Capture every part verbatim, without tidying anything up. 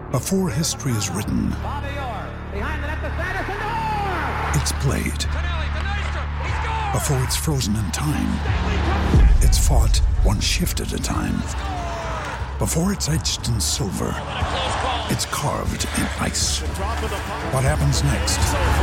Before history is written, it's played. Before it's frozen in time, it's fought one shift at a time. Before it's etched in silver, it's carved in ice. What happens next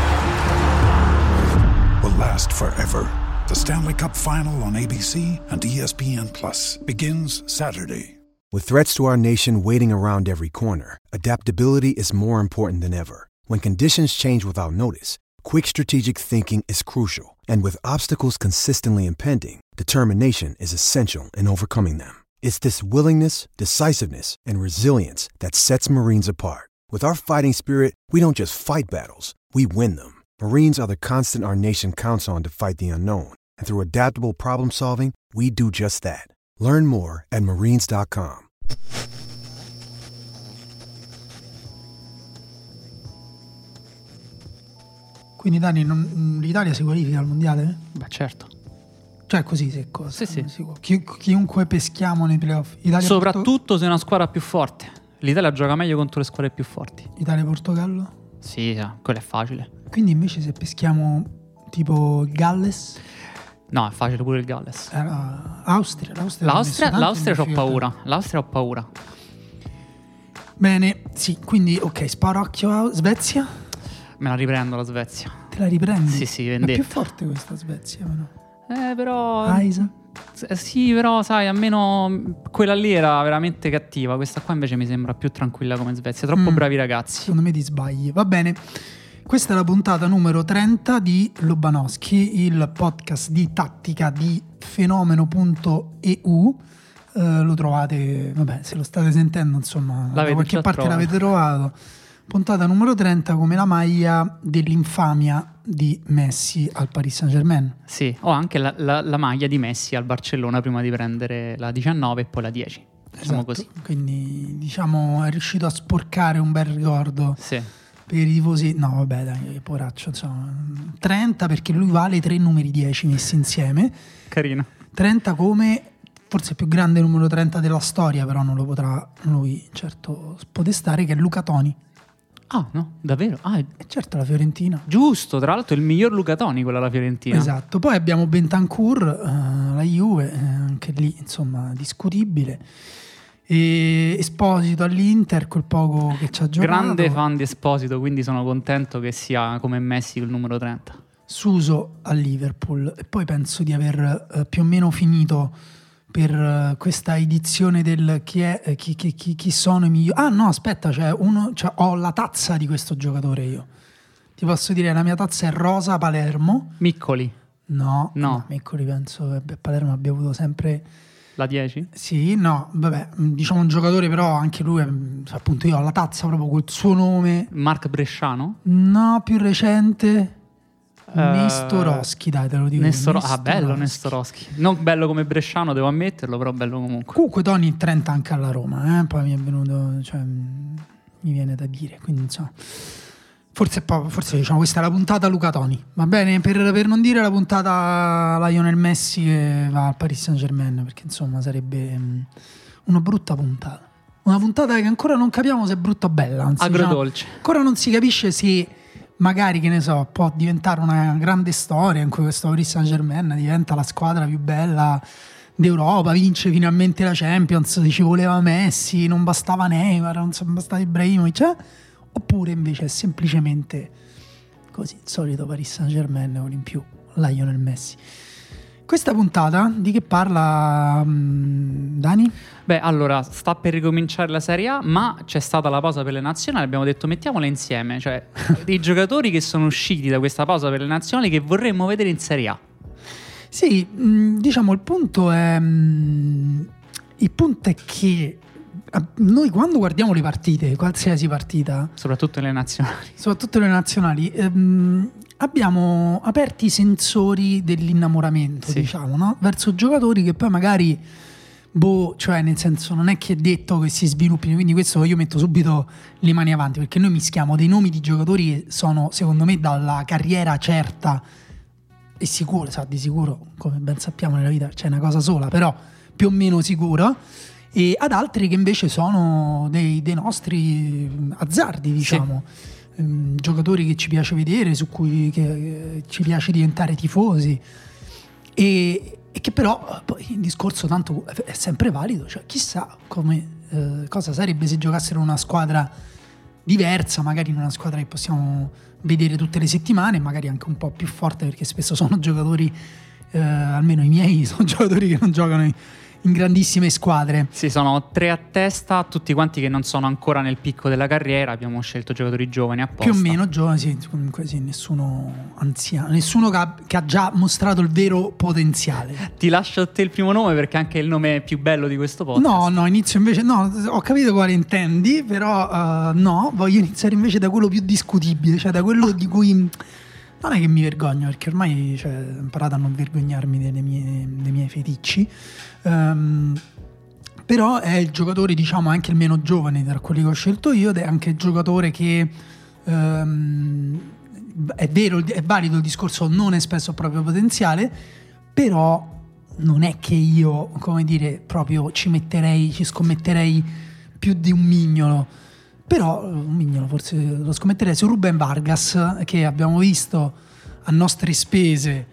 will last forever. The Stanley Cup Final on A B C and E S P N Plus begins Saturday. With threats to our nation waiting around every corner, adaptability is more important than ever. When conditions change without notice, quick strategic thinking is crucial. And with obstacles consistently impending, determination is essential in overcoming them. It's this willingness, decisiveness, and resilience that sets Marines apart. With our fighting spirit, we don't just fight battles, we win them. Marines are the constant our nation counts on to fight the unknown. And through adaptable problem solving, we do just that. Learn more at marines dot com. Quindi Dani, non, l'Italia si qualifica al mondiale? Beh, certo. Cioè così secco. Sì, sì. Chi, chiunque peschiamo nei playoff. Italia, Soprattutto Porto... se è una squadra più forte. L'Italia gioca meglio contro le squadre più forti. Italia-Portogallo? Sì, quello è facile. Quindi invece se peschiamo tipo il Galles? No, è facile pure il Galles. Eh, Austria, l'Austria, L'Austria, l'Austria c'ho paura. L'Austria ho paura. Bene, sì, quindi ok, sparocchio. Svezia? Me la riprendo la Svezia. Te la riprendi? Sì, sì, vendetta. È più forte questa Svezia, però. Eh, però... Aisa? Sì, però sai, almeno quella lì era veramente cattiva. Questa qua invece mi sembra più tranquilla come Svezia. Troppo mm. bravi ragazzi. Secondo me ti sbagli. Va bene. Questa è la puntata numero trenta di Lobanowski, il podcast di tattica di fenomeno punto e u. Uh, lo trovate, vabbè, se lo state sentendo, insomma, l'avete da qualche parte trovato. L'avete trovato. Puntata numero trenta, come la maglia dell'infamia di Messi al Paris Saint-Germain. Sì, o anche la, la, la maglia di Messi al Barcellona prima di prendere la diciannove e poi la dieci. Diciamo esatto, così. Quindi, diciamo, è riuscito a sporcare un bel ricordo. Sì. Per i tifosi, no vabbè dai, poraccio, insomma, trenta perché lui vale tre numeri dieci messi insieme. Carino. trenta come forse il più grande numero trenta della storia, però non lo potrà lui certo spodestare, che è Luca Toni. Ah no, davvero? Ah, è certo, la Fiorentina. Giusto, tra l'altro il miglior Luca Toni, quella la Fiorentina. Esatto, poi abbiamo Bentancur, uh, la Juve, eh, anche lì insomma discutibile. E Esposito all'Inter, quel poco che ci ha giocato. Grande fan di Esposito, quindi sono contento che sia come Messi il numero trenta. Suso al Liverpool. E poi penso di aver uh, più o meno finito per uh, questa edizione del chi è eh, chi, chi, chi, chi sono i migliori. Ah no, aspetta, c'è uno, cioè, ho la tazza di questo giocatore io. Ti posso dire, la mia tazza è rosa Palermo. Miccoli. No, no. no Miccoli penso che Palermo abbia avuto sempre la dieci? Sì, no, vabbè, diciamo un giocatore, però anche lui, appunto io ho la tazza proprio col suo nome. Marc Bresciano? No, più recente. Uh, Nestorowski, dai, te lo dico. Nestor- ah, bello Nestorowski. Non bello come Bresciano, devo ammetterlo, però bello comunque. Comunque Toni trenta anche alla Roma, eh? Poi mi è venuto, cioè, mi viene da dire, quindi insomma. Forse, forse diciamo questa è la puntata Luca Toni, va bene? Per, per non dire la puntata Lionel Messi che va al Paris Saint-Germain, perché insomma sarebbe um, una brutta puntata. Una puntata che ancora non capiamo se è brutta o bella. Anzi, agrodolce. Diciamo, ancora non si capisce se magari, che ne so, può diventare una grande storia in cui questo Paris Saint-Germain diventa la squadra più bella d'Europa, vince finalmente la Champions, ci voleva Messi, non bastava Neymar, non bastava Ibrahimovic, eh? Oppure invece è semplicemente così, il solito Paris Saint-Germain con in più Lionel Messi. Questa puntata di che parla, um, Dani? Beh, allora, sta per ricominciare la Serie A, ma c'è stata la pausa per le nazionali, abbiamo detto mettiamola insieme, cioè dei giocatori che sono usciti da questa pausa per le nazionali che vorremmo vedere in Serie A. Sì, mh, diciamo il punto è mh, il punto è che noi quando guardiamo le partite, qualsiasi partita, soprattutto le nazionali, soprattutto le nazionali, ehm, abbiamo aperti i sensori dell'innamoramento, sì. diciamo, no? Verso giocatori che poi magari, boh, cioè nel senso non è che è detto che si sviluppino, quindi questo io metto subito le mani avanti, perché noi mischiamo dei nomi di giocatori che sono, secondo me, dalla carriera certa e sicura, sa, di sicuro, come ben sappiamo nella vita c'è una cosa sola, però più o meno sicuro. e ad altri che invece sono dei, dei nostri azzardi, diciamo. Sì. Ehm, giocatori che ci piace vedere, su cui che, eh, ci piace diventare tifosi, e, e che però poi il discorso tanto è sempre valido, cioè chissà come, eh, cosa sarebbe se giocassero in una squadra diversa, magari in una squadra che possiamo vedere tutte le settimane, magari anche un po' più forte, perché spesso sono giocatori, eh, almeno i miei sono giocatori che non giocano in, in grandissime squadre. Sì, sono tre a testa, tutti quanti che non sono ancora nel picco della carriera. Abbiamo scelto giocatori giovani apposta. Più o meno giovani, sì, comunque sì, nessuno anziano, nessuno che ha, che ha già mostrato il vero potenziale. Ti lascio a te il primo nome, perché è anche il nome più bello di questo podcast. No, no, inizio invece, no, ho capito quale intendi, però uh, no, voglio iniziare invece da quello più discutibile, cioè da quello di cui non è che mi vergogno, perché ormai, cioè, ho imparato a non vergognarmi delle mie, dei miei feticci. Um, però è il giocatore, diciamo, anche il meno giovane tra quelli che ho scelto io, ed è anche il giocatore che um, è vero, è valido il discorso, non è spesso il proprio potenziale, però non è che io, come dire, proprio ci metterei, ci scommetterei più di un mignolo. Però un mignolo forse lo scommetterei su Ruben Vargas, che abbiamo visto a nostre spese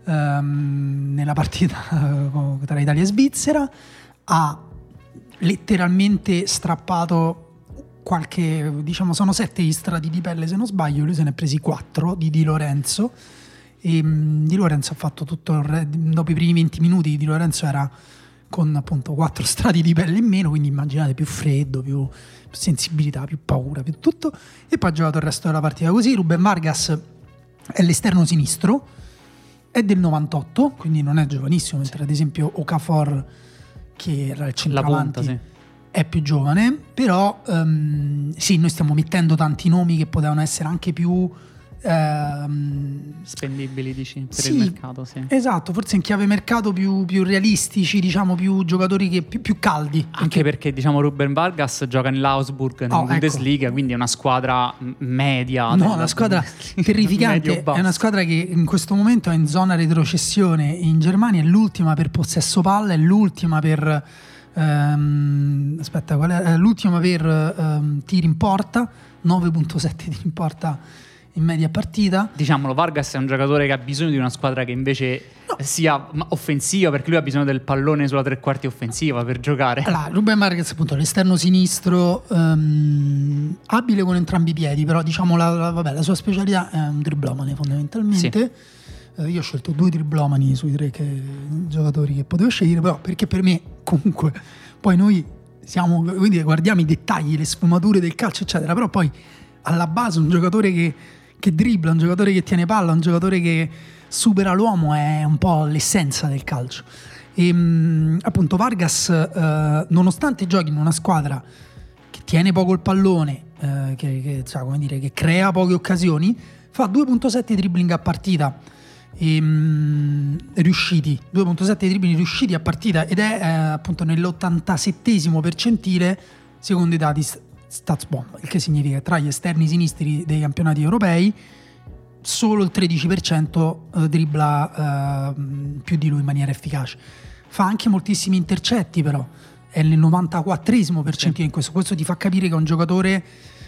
um, nella partita tra Italia e Svizzera. Ha letteralmente strappato qualche, diciamo, sono sette gli strati di pelle se non sbaglio, lui se ne è presi quattro di Di Lorenzo, e um, Di Lorenzo ha fatto tutto il re- dopo i primi venti minuti Di Lorenzo era con appunto quattro strati di pelle in meno, quindi immaginate più freddo, più sensibilità, più paura, più tutto, e poi ha giocato il resto della partita così. Ruben Vargas è l'esterno sinistro, è del novantotto, quindi non è giovanissimo, mentre ad esempio Okafor, che era il centravanti, sì, è più giovane. Però um, sì, noi stiamo mettendo tanti nomi che potevano essere anche più ehm, spendibili, dici, per sì, il mercato, sì. Esatto, forse in chiave mercato più, più realistici, diciamo, più giocatori che più, più caldi. Anche perché, perché diciamo Ruben Vargas gioca nell'Augsburg, nella oh, Bundesliga, ecco. quindi è una squadra media. No, una squadra terrificante, è una squadra che in questo momento è in zona retrocessione in Germania, è l'ultima per possesso palla, è l'ultima per ehm, aspetta, qual è? È l'ultima per ehm, tiri in porta, nove virgola sette tiri in porta in media partita. Diciamolo, Vargas è un giocatore che ha bisogno di una squadra che invece no. sia offensiva, perché lui ha bisogno del pallone sulla tre quarti offensiva per giocare. Allora, Ruben Vargas appunto l'esterno sinistro, um, abile con entrambi i piedi, però diciamo la, la, vabbè, la sua specialità è un driblomane fondamentalmente. Sì. Uh, io ho scelto due driblomani sui tre che, giocatori che potevo scegliere, però perché per me comunque poi noi siamo, quindi guardiamo i dettagli, le sfumature del calcio eccetera, però poi alla base un giocatore che che dribbla, un giocatore che tiene palla, un giocatore che supera l'uomo è un po' l'essenza del calcio. E mh, appunto Vargas, eh, nonostante giochi in una squadra che tiene poco il pallone, eh, che, che, cioè, come dire, che crea poche occasioni, fa due virgola sette dribbling a partita e, mh, riusciti, due virgola sette dribbling riusciti a partita, ed è eh, appunto nell'ottantasettesimo percentile secondo i dati StatsBomb, il che significa che tra gli esterni sinistri dei campionati europei solo il tredici per cento dribbla eh, più di lui in maniera efficace. Fa anche moltissimi intercetti, però è nel novantaquattresimo percento sì. in questo. Questo ti fa capire che è un giocatore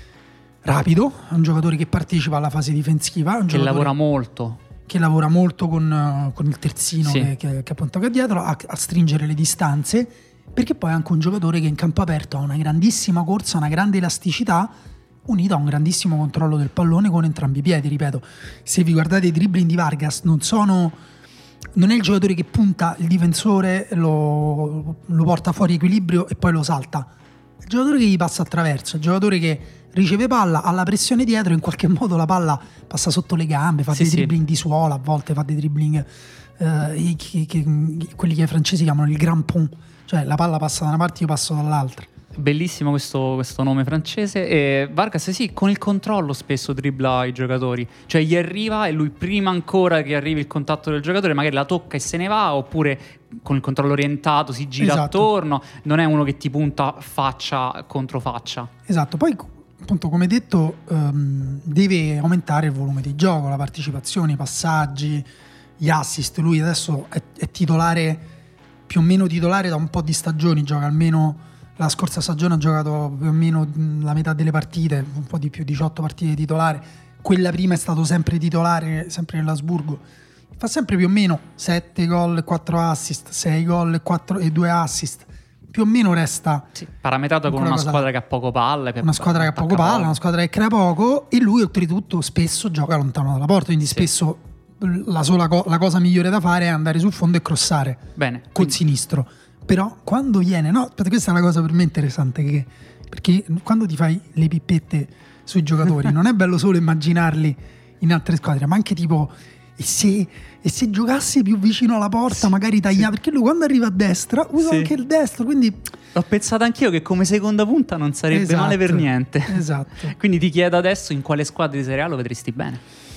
rapido, è un giocatore che partecipa alla fase difensiva, un che lavora molto che lavora molto con, con il terzino sì. che, che, che appunto che è dietro a, a stringere le distanze, perché poi è anche un giocatore che in campo aperto ha una grandissima corsa, una grande elasticità, unita a un grandissimo controllo del pallone con entrambi i piedi. Ripeto, se vi guardate i dribbling di Vargas, non sono non è il giocatore che punta il difensore, lo, lo porta fuori equilibrio e poi lo salta, è il giocatore che gli passa attraverso, è il giocatore che riceve palla, ha la pressione dietro e in qualche modo la palla passa sotto le gambe, fa sì, dei dribbling sì. di suola, a volte fa dei dribbling eh, che, che, quelli che i francesi chiamano il grand pont, cioè la palla passa da una parte e io passo dall'altra. Bellissimo questo, questo nome francese. E Vargas sì, con il controllo spesso dribbla i giocatori, cioè gli arriva e lui prima ancora che arrivi il contatto del giocatore magari la tocca e se ne va, oppure con il controllo orientato si gira esatto. attorno, non è uno che ti punta faccia contro faccia. Esatto, poi appunto come detto um, deve aumentare il volume di gioco, la partecipazione, i passaggi, gli assist. Lui adesso è, è titolare più o meno titolare da un po' di stagioni, gioca almeno la scorsa stagione, ha giocato più o meno la metà delle partite, un po' di più, diciotto partite titolare. Quella prima è stato sempre titolare, sempre nell'Asburgo. Fa sempre più o meno sette gol e quattro assist, sei gol e, quattro, e due assist. Più o meno resta sì, parametrato con una squadra che ha poco palle, una squadra che ha poco palle, una squadra che crea poco, e lui oltretutto spesso gioca lontano dalla porta, quindi sì. spesso la sola co- la cosa migliore da fare è andare sul fondo e crossare bene col quindi... sinistro. Però quando viene, no, aspetta, questa è una cosa per me interessante, che, perché quando ti fai le pippette sui giocatori non è bello solo immaginarli in altre squadre, ma anche tipo e se, e se giocasse più vicino alla porta, sì, magari tagliato, sì. perché lui quando arriva a destra usa sì. anche il destro, quindi l'ho pensato anch'io che come seconda punta non sarebbe esatto, male per niente. Esatto. Quindi ti chiedo adesso in quale squadra di Serie A lo vedresti bene?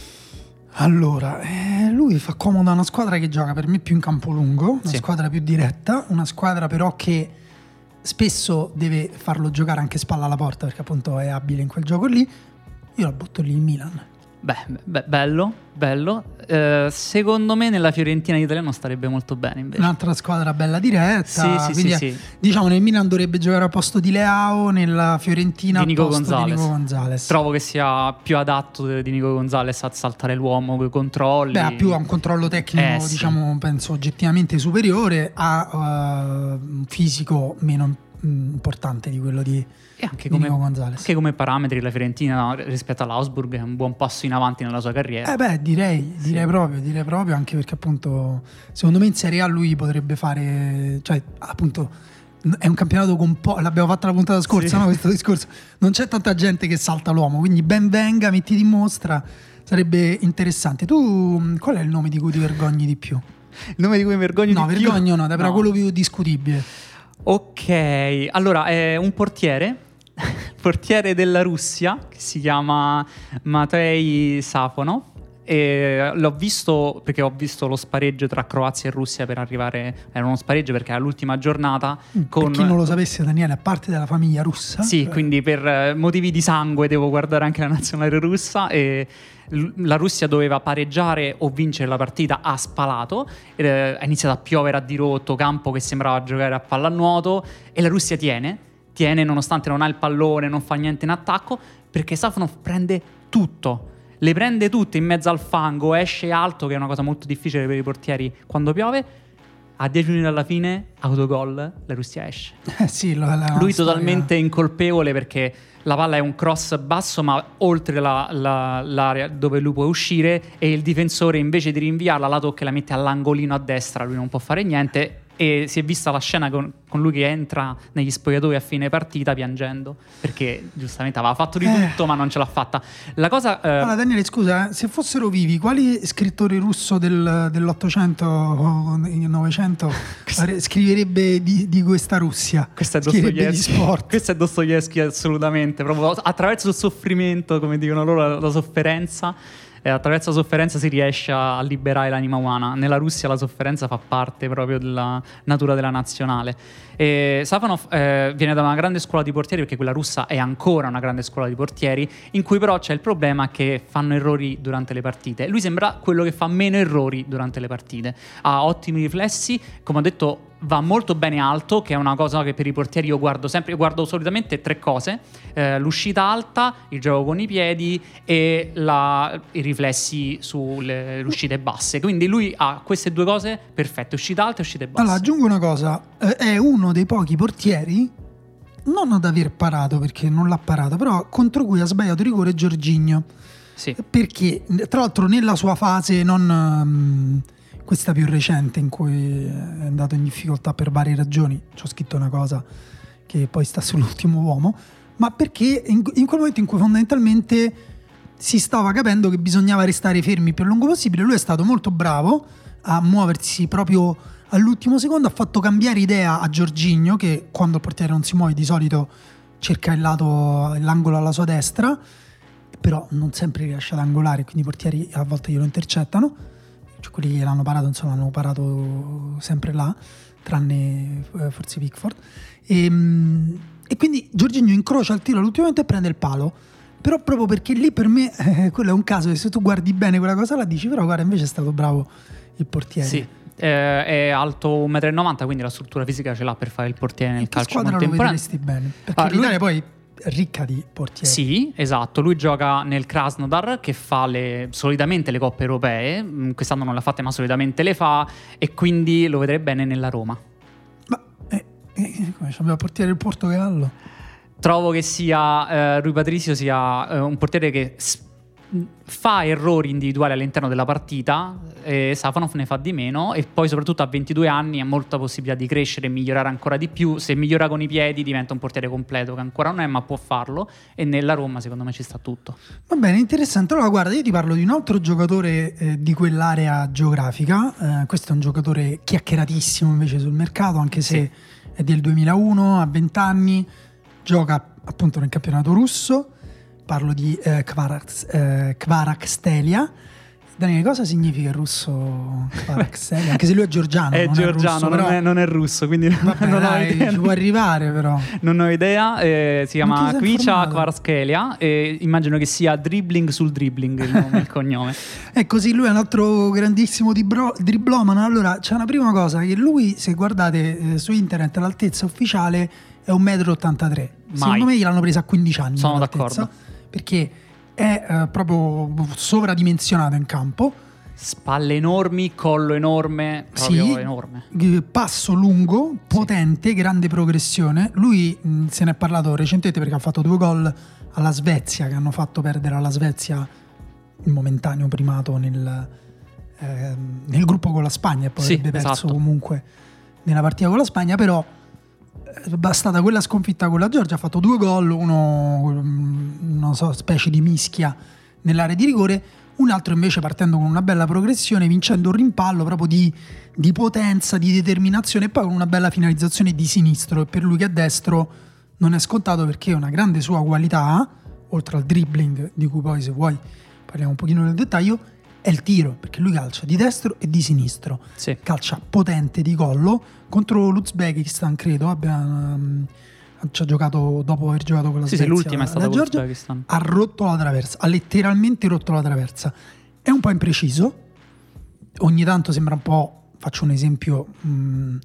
Allora, eh, lui fa comodo a una squadra che gioca per me più in campo lungo, una sì. squadra più diretta, una squadra però che spesso deve farlo giocare anche spalla alla porta, perché appunto è abile in quel gioco lì. Io la butto lì in Milan. Beh, beh bello, bello. Eh, secondo me nella Fiorentina italiana starebbe molto bene invece. Un'altra squadra bella diretta. Sì, sì, sì, sì. Diciamo nel Milan dovrebbe giocare al posto di Leao, nella Fiorentina di Nico al posto Gonzalez. di Nico Gonzalez. Trovo che sia più adatto di Nico Gonzalez a saltare l'uomo con i controlli. Beh, ha più ha un controllo tecnico, eh, diciamo, sì. penso oggettivamente superiore, ha uh, un fisico meno importante di quello di, e anche di come, Nico Gonzalez. Anche come parametri la Fiorentina, no, rispetto all'Augsburg è un buon passo in avanti nella sua carriera. Eh beh, direi, direi sì. proprio, direi proprio, anche perché appunto secondo me in Serie A lui potrebbe fare, cioè appunto è un campionato con po', l'abbiamo fatto la puntata scorsa, sì. no, questo discorso, non c'è tanta gente che salta l'uomo, quindi ben venga, mettiti in mostra, sarebbe interessante. Tu qual è il nome di cui ti vergogni di più? Il nome di cui mi vergogno no, di più? No, vergogno no, dai, però no. quello più discutibile. Ok, allora è un portiere, portiere della Russia che si chiama Matej Safonov. E l'ho visto perché ho visto lo spareggio tra Croazia e Russia per arrivare, era uno spareggio perché era l'ultima giornata. Con... Per chi non lo sapesse, Daniele è parte della famiglia russa. Sì, cioè... quindi per motivi di sangue devo guardare anche la nazionale russa e la Russia doveva pareggiare o vincere la partita a spalato, eh, è iniziato a piovere a dirotto, campo che sembrava giocare a pallanuoto e la Russia tiene, tiene nonostante non ha il pallone, non fa niente in attacco, perché Safonov prende tutto. Le prende tutte in mezzo al fango, esce alto, che è una cosa molto difficile per i portieri quando piove. A dieci minuti dalla fine, autogol, la Russia esce. Eh sì, lo, la lui storia. Totalmente incolpevole perché la palla è un cross basso ma oltre la, la, l'area dove lui può uscire e il difensore invece di rinviarla la tocca e la mette all'angolino a destra, lui non può fare niente. E si è vista la scena con, con lui che entra negli spogliatoi a fine partita piangendo perché giustamente aveva fatto di tutto eh. ma non ce l'ha fatta. La cosa eh... allora Daniele, scusa, eh, se fossero vivi quali scrittori russo del, dell'Ottocento o del Novecento scriverebbe di, di questa Russia? Questo è Dostoevskij. Questo è Dostoevskij assolutamente, proprio attraverso il soffrimento, come dicono loro, la, la sofferenza. E attraverso la sofferenza si riesce a liberare l'anima umana. Nella Russia la sofferenza fa parte proprio della natura della nazionale. E Safonov eh, viene da una grande scuola di portieri, perché quella russa è ancora una grande scuola di portieri, in cui però c'è il problema che fanno errori durante le partite. Lui sembra quello che fa meno errori durante le partite. Ha ottimi riflessi, come ho detto va molto bene alto, che è una cosa che per i portieri io guardo sempre, io guardo solitamente tre cose, eh, l'uscita alta, il gioco con i piedi e la, i riflessi sulle uscite basse. Quindi lui ha queste due cose perfette, uscita alta e uscite basse. Allora aggiungo una cosa, eh, è uno dei pochi portieri, non ad aver parato perché non l'ha parato, però contro cui ha sbagliato rigore Jorginho. Sì. Perché tra l'altro nella sua fase non... Um, questa più recente in cui è andato in difficoltà per varie ragioni, ci ho scritto una cosa che poi sta sull'ultimo uomo, ma perché in, in quel momento in cui fondamentalmente si stava capendo che bisognava restare fermi il più a lungo possibile, lui è stato molto bravo a muoversi proprio all'ultimo secondo, ha fatto cambiare idea a Jorginho, che quando il portiere non si muove di solito cerca il lato, l'angolo alla sua destra, però non sempre riesce ad angolare, quindi i portieri a volte glielo intercettano. Cioè quelli che l'hanno parato insomma hanno parato sempre là, tranne eh, forse Pickford, e, e quindi Jorginho incrocia il tiro all'ultimo momento e prende il palo, però proprio perché lì per me eh, quello è un caso che se tu guardi bene quella cosa la dici, però guarda invece è stato bravo il portiere. Sì, eh, è alto uno virgola novanta m, quindi la struttura fisica ce l'ha per fare il portiere nel che calcio squadra contemporaneo. lo vedresti bene? Perché Ah, l'Italia lui- poi è ricca di portieri. Sì, esatto, lui gioca nel Krasnodar che fa le, solitamente le coppe europee, mm, quest'anno non le ha fatte ma solitamente le fa, e quindi lo vedrei bene nella Roma. Ma eh, eh, come c'abbiamo il portiere del Portogallo? Trovo che sia eh, Rui Patricio sia eh, un portiere che s- fa errori individuali all'interno della partita, e Safanov ne fa di meno, e poi soprattutto a ventidue anni ha molta possibilità di crescere e migliorare ancora di più. Se migliora con i piedi diventa un portiere completo, che ancora non è, ma può farlo, e nella Roma secondo me ci sta tutto. Va bene, interessante. Allora guarda, io ti parlo di un altro giocatore eh, di quell'area geografica. Eh, questo è un giocatore chiacchieratissimo invece sul mercato, anche se Sì. è del duemilauno, ha venti anni, gioca appunto nel campionato russo. Parlo di eh, Kvarak, eh, Kvaratskhelia. Daniele, cosa significa il russo Kvaratskhelia? Anche se lui è georgiano. È non georgiano, è russo, non, però... è, non è russo, quindi Vabbè, non, dai, ho idea, ci può arrivare però. non ho idea. Eh, si Ma chiama chi sei Kvicha informato? Kvaratskhelia, e immagino che sia dribbling sul dribbling il nome, il cognome. È così, lui è un altro grandissimo dibro- driblomano. Allora, c'è una prima cosa, che lui, se guardate eh, su internet, l'altezza ufficiale è un metro e ottantatré m. Secondo me gliel'hanno presa a quindici anni. Sono l'altezza, d'accordo. perché è eh, proprio sovradimensionato in campo. Spalle enormi, collo enorme, proprio Sì, enorme. eh, passo lungo, potente, grande progressione. Lui mh, se ne è parlato recentemente perché ha fatto due gol alla Svezia, che hanno fatto perdere alla Svezia il momentaneo primato nel, eh, nel gruppo con la Spagna, e poi Sì, avrebbe perso esatto. comunque nella partita con la Spagna. Però è bastata quella sconfitta con la Georgia, ha fatto due gol, uno mh, non so, specie di mischia nell'area di rigore, un altro invece partendo con una bella progressione, vincendo un rimpallo proprio di, di potenza, di determinazione, e poi con una bella finalizzazione di sinistro. E per lui che è destro non è scontato, perché una grande sua qualità, oltre al dribbling di cui poi, se vuoi, parliamo un pochino nel dettaglio, è il tiro, perché lui calcia di destro e di sinistro. Sì. Calcia potente di collo. Contro l'Uzbekistan credo abbia, um, ci ha giocato dopo aver giocato con la Sì, sì, Svezia, l'ultima è stata la con Georgia, l'Uzbekistan. ha rotto la traversa, ha letteralmente rotto la traversa. È un po' impreciso, ogni tanto sembra un po', faccio un esempio, mh,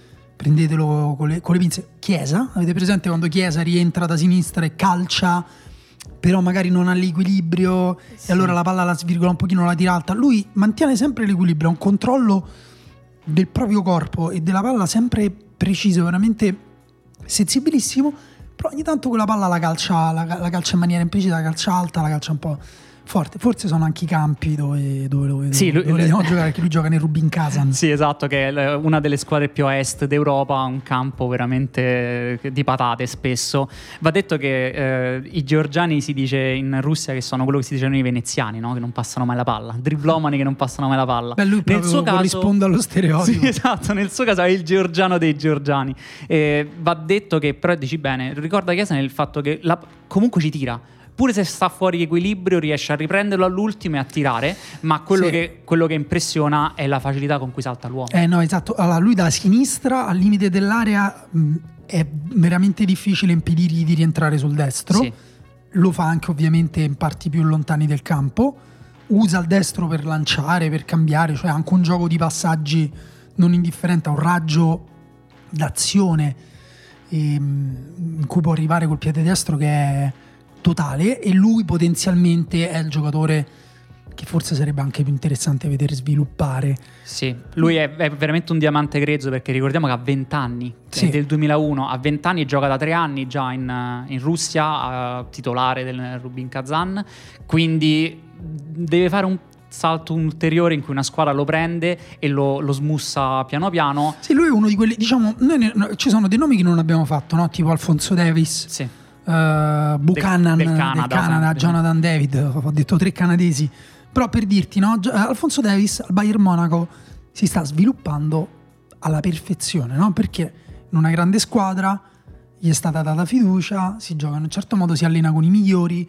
prendetelo con le, con le pinze, Chiesa. Avete presente quando Chiesa rientra da sinistra e calcia, però magari non ha l'equilibrio, Sì. e allora la palla la svirgola un pochino, la tira alta. Lui mantiene sempre l'equilibrio, ha un controllo del proprio corpo e della palla sempre preciso, veramente sensibilissimo. Però ogni tanto quella palla la calcia, la, la calcia in maniera imprecisa, la calcia alta, la calcia un po' forte. Forse sono anche i campi dove, dove, dove, Sì, lui- dove dobbiamo giocare, perché lui gioca nel Rubin Kazan. Sì, esatto, che è l- una delle squadre più a est d'Europa, un campo veramente eh, di patate spesso. Va detto che eh, i georgiani, si dice in Russia, che sono quello che si dicevano i veneziani, no? Che non passano mai la palla, driblomani che non passano mai la palla. Beh, lui proprio corrisponde allo stereotipo. Sì, esatto, nel suo caso è il georgiano dei georgiani. Eh, va detto che però dici bene, ricorda Chiesa nel fatto che la- comunque ci tira. Pure se sta fuori equilibrio riesce a riprenderlo all'ultimo e a tirare, ma quello, Sì. che, quello che impressiona è la facilità con cui salta l'uomo. Eh no, esatto. Allora, lui da sinistra al limite dell'area mh, è veramente difficile impedirgli di rientrare sul destro. Sì. Lo fa anche ovviamente in parti più lontani del campo. Usa il destro per lanciare, per cambiare, cioè anche un gioco di passaggi non indifferente, ha un raggio d'azione ehm, in cui può arrivare col piede destro che è totale, e lui potenzialmente è il giocatore che forse sarebbe anche più interessante vedere sviluppare. Sì, lui è, è veramente un diamante grezzo, perché ricordiamo che ha venti anni, Sì. è del duemilauno, ha venti anni e gioca da tre anni già in, in Russia, eh, titolare del Rubin Kazan, quindi deve fare un salto ulteriore in cui una squadra lo prende e lo, lo smussa piano piano. Sì, lui è uno di quelli, diciamo, noi ne- no, ci sono dei nomi che non abbiamo fatto, no? Tipo Alfonso Davis, Sì. Uh, Buchanan Del- del del Canada, Canada, Jonathan David, ho detto tre canadesi, però per dirti, no, Gio- Alfonso Davis al Bayern Monaco si sta sviluppando alla perfezione, no? Perché in una grande squadra gli è stata data fiducia, si gioca in un certo modo, si allena con i migliori,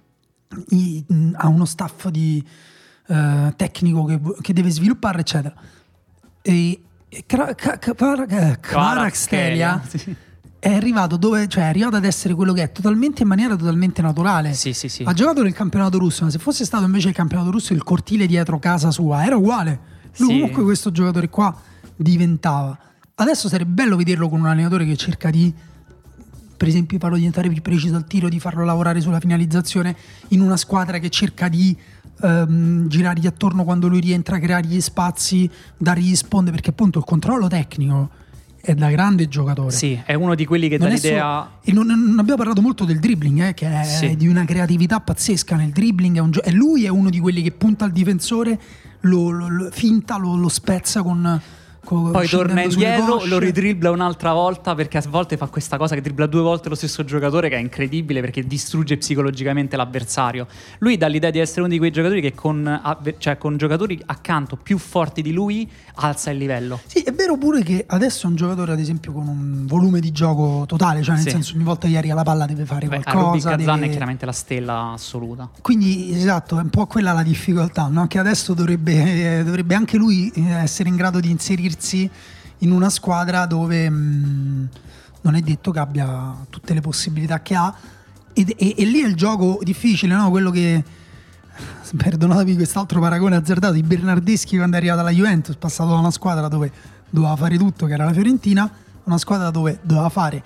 i- mh, ha uno staff di eh, tecnico che, che deve sviluppare, eccetera. E, e Kra- Ka- Ka- Kvarak- Kvaratskhelia Sì. è arrivato dove, cioè è arrivato ad essere quello che è, totalmente in maniera totalmente naturale. Sì, sì, sì. Ha giocato nel campionato russo, ma se fosse stato invece il campionato russo il cortile dietro casa sua era uguale. Lui Sì. comunque questo giocatore qua diventava. Adesso sarebbe bello vederlo con un allenatore che cerca di, per esempio, farlo diventare più preciso al tiro, di farlo lavorare sulla finalizzazione, in una squadra che cerca di ehm, girargli attorno quando lui rientra, creargli spazi, dargli sponde, perché appunto il controllo tecnico è da grande giocatore. Sì, è uno di quelli che dà Non è l'idea... solo- e non, non abbiamo parlato molto del dribbling, eh, che è Sì. di una creatività pazzesca nel dribbling. È un gio- e lui è uno di quelli che punta al difensore, lo, lo- lo- finta, lo, lo spezza con, con Poi torna scendendo sulle indietro, cosce. lo ridribbla un'altra volta, perché a volte fa questa cosa che dribbla due volte lo stesso giocatore, che è incredibile perché distrugge psicologicamente l'avversario. Lui dà l'idea di essere uno di quei giocatori che con, avve- cioè con giocatori accanto più forti di lui alza il livello. Sì, è vero pure che adesso è un giocatore, ad esempio, con un volume di gioco totale, cioè nel Sì. senso ogni volta che arriva la palla deve fare Beh, Rubi qualcosa. Kazan deve- è chiaramente la stella assoluta. Quindi esatto, è un po' quella la difficoltà, no? Che adesso dovrebbe, eh, dovrebbe anche lui eh, essere in grado di inserirsi in una squadra dove mh, non è detto che abbia tutte le possibilità che ha, ed- e, e lì è il gioco difficile, no? Quello che, perdonatemi quest'altro paragone azzardato, di Bernardeschi quando è arrivato alla Juventus, passato da una squadra dove doveva fare tutto, che era la Fiorentina, a una squadra dove doveva fare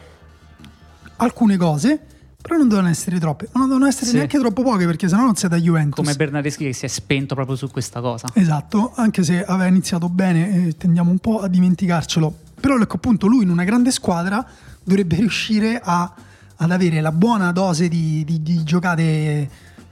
alcune cose, però non dovevano essere troppe, ma non dovevano essere Sì. neanche troppo poche, perché sennò non sei da Juventus. Come Bernardeschi, che si è spento proprio su questa cosa. Esatto, anche se aveva iniziato bene, eh, tendiamo un po' a dimenticarcelo. Però ecco, appunto, lui in una grande squadra dovrebbe riuscire a, ad avere la buona dose di, di, di giocate eh,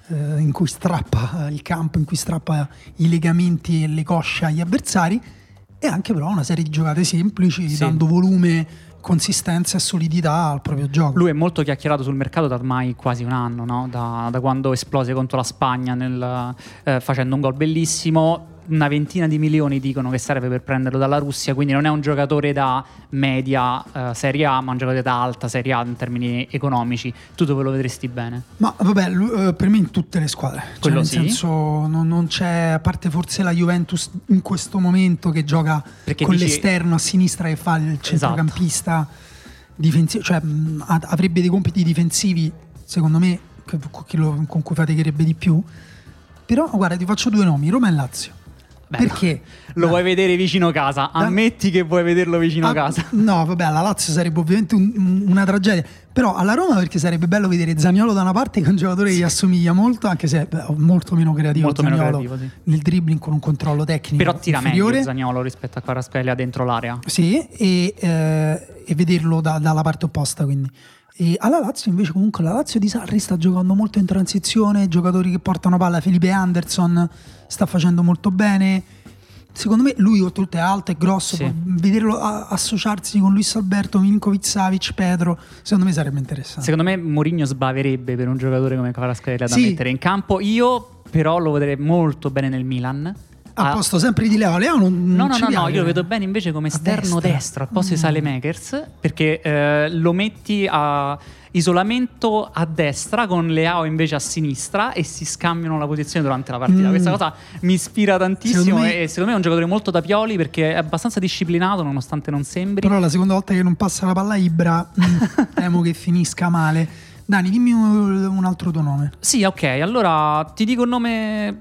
in cui strappa il campo, in cui strappa i legamenti e le cosce agli avversari, e anche però una serie di giocate semplici, Sì. dando volume, consistenza e solidità al proprio gioco. Lui è molto chiacchierato sul mercato da ormai quasi un anno, no? da, da quando esplose contro la Spagna nel, eh, facendo un gol bellissimo. Una ventina di milioni dicono che serve per prenderlo dalla Russia, quindi non è un giocatore da media eh, Serie A, ma un giocatore da alta Serie A in termini economici. Tu dove lo vedresti bene? Ma vabbè, lui, eh, per me in tutte le squadre, cioè, Quello nel sì. senso non, non c'è, a parte forse la Juventus in questo momento che gioca Perché con dici- l'esterno a sinistra che fa il centrocampista difensivo, cioè mh, ha- avrebbe dei compiti difensivi secondo me che, che lo- con cui faticherebbe di più. Però guarda, ti faccio due nomi, Roma e Lazio. Beh, Perché? Lo vuoi vedere vicino casa? Ammetti che vuoi vederlo vicino Ah, casa. No, vabbè, alla Lazio sarebbe ovviamente un- un- una tragedia. Però alla Roma, perché sarebbe bello vedere Zaniolo da una parte, che è un giocatore che gli assomiglia molto, anche se è molto meno creativo. Molto meno Zaniolo, creativo, sì. nel dribbling con un controllo tecnico Però tira inferiore. meglio Zaniolo rispetto a Kvaratskhelia dentro l'area. Sì, e, eh, e vederlo da- dalla parte opposta, quindi. E alla Lazio invece comunque la Lazio di Sarri sta giocando molto in transizione, giocatori che portano palla, Felipe Anderson sta facendo molto bene. Secondo me lui oltretutto è alto e grosso, Sì. può vederlo a- associarsi con Luis Alberto, Milinkovic Savic, Pedro, secondo me sarebbe interessante. Secondo me Mourinho sbaverebbe per un giocatore come Kvaratskhelia da Sì. mettere in campo. Io però lo vedrei molto bene nel Milan. A Ah, posto sempre di Leo, Leo non, No, non no, ci no, no, piace. io lo vedo bene invece come A esterno destra. destro, al posto di Mm. Saelemaekers, perché eh, lo metti a isolamento a destra con Leao invece a sinistra e si scambiano la posizione durante la partita. Mm. Questa cosa mi ispira tantissimo Secondo me- e secondo me è un giocatore molto da Pioli perché è abbastanza disciplinato nonostante non sembri. Però la seconda volta che non passa la palla a Ibra mm, temo che finisca male. Dani, dimmi un, un altro tuo nome. Sì, ok, allora ti dico un nome,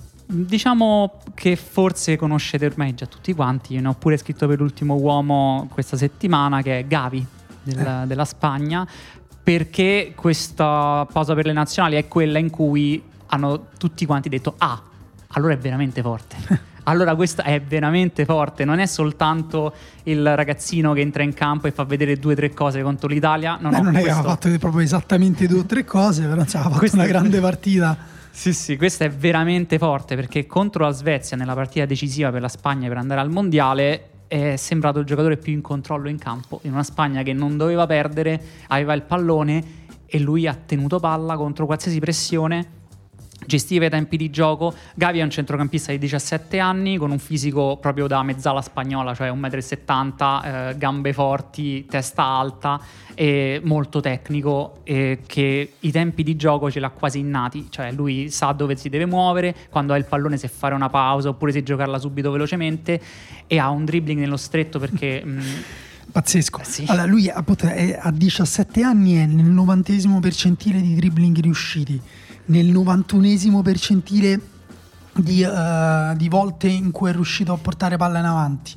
diciamo che forse conoscete ormai già tutti quanti. Io ne ho pure scritto per l'ultimo uomo questa settimana, che è Gavi del- Eh. della Spagna, perché questa pausa per le nazionali è quella in cui hanno tutti quanti detto ah, allora è veramente forte. Allora questo è veramente forte, non è soltanto il ragazzino che entra in campo e fa vedere due o tre cose contro l'Italia. No, Beh, no, non è che questo- aveva fatto proprio esattamente due o tre cose, però cioè, ha fatto Questo una è- grande partita. Sì, sì, questa è veramente forte perché contro la Svezia, nella partita decisiva per la Spagna per andare al mondiale, è sembrato il giocatore più in controllo in campo, in una Spagna che non doveva perdere, aveva il pallone e lui ha tenuto palla contro qualsiasi pressione, gestiva i tempi di gioco. Gavi è un centrocampista di diciassette anni con un fisico proprio da mezzala spagnola, cioè un metro e settanta, eh, gambe forti, testa alta e molto tecnico, e che i tempi di gioco ce l'ha quasi innati, cioè lui sa dove si deve muovere, quando ha il pallone se fare una pausa oppure se giocarla subito velocemente, e ha un dribbling nello stretto perché mh, Pazzesco. Sì. Allora, lui a, è- a diciassette anni è nel novantesimo percentile di dribbling riusciti, nel novantunesimo percentile di, uh, di volte in cui è riuscito a portare palla in avanti,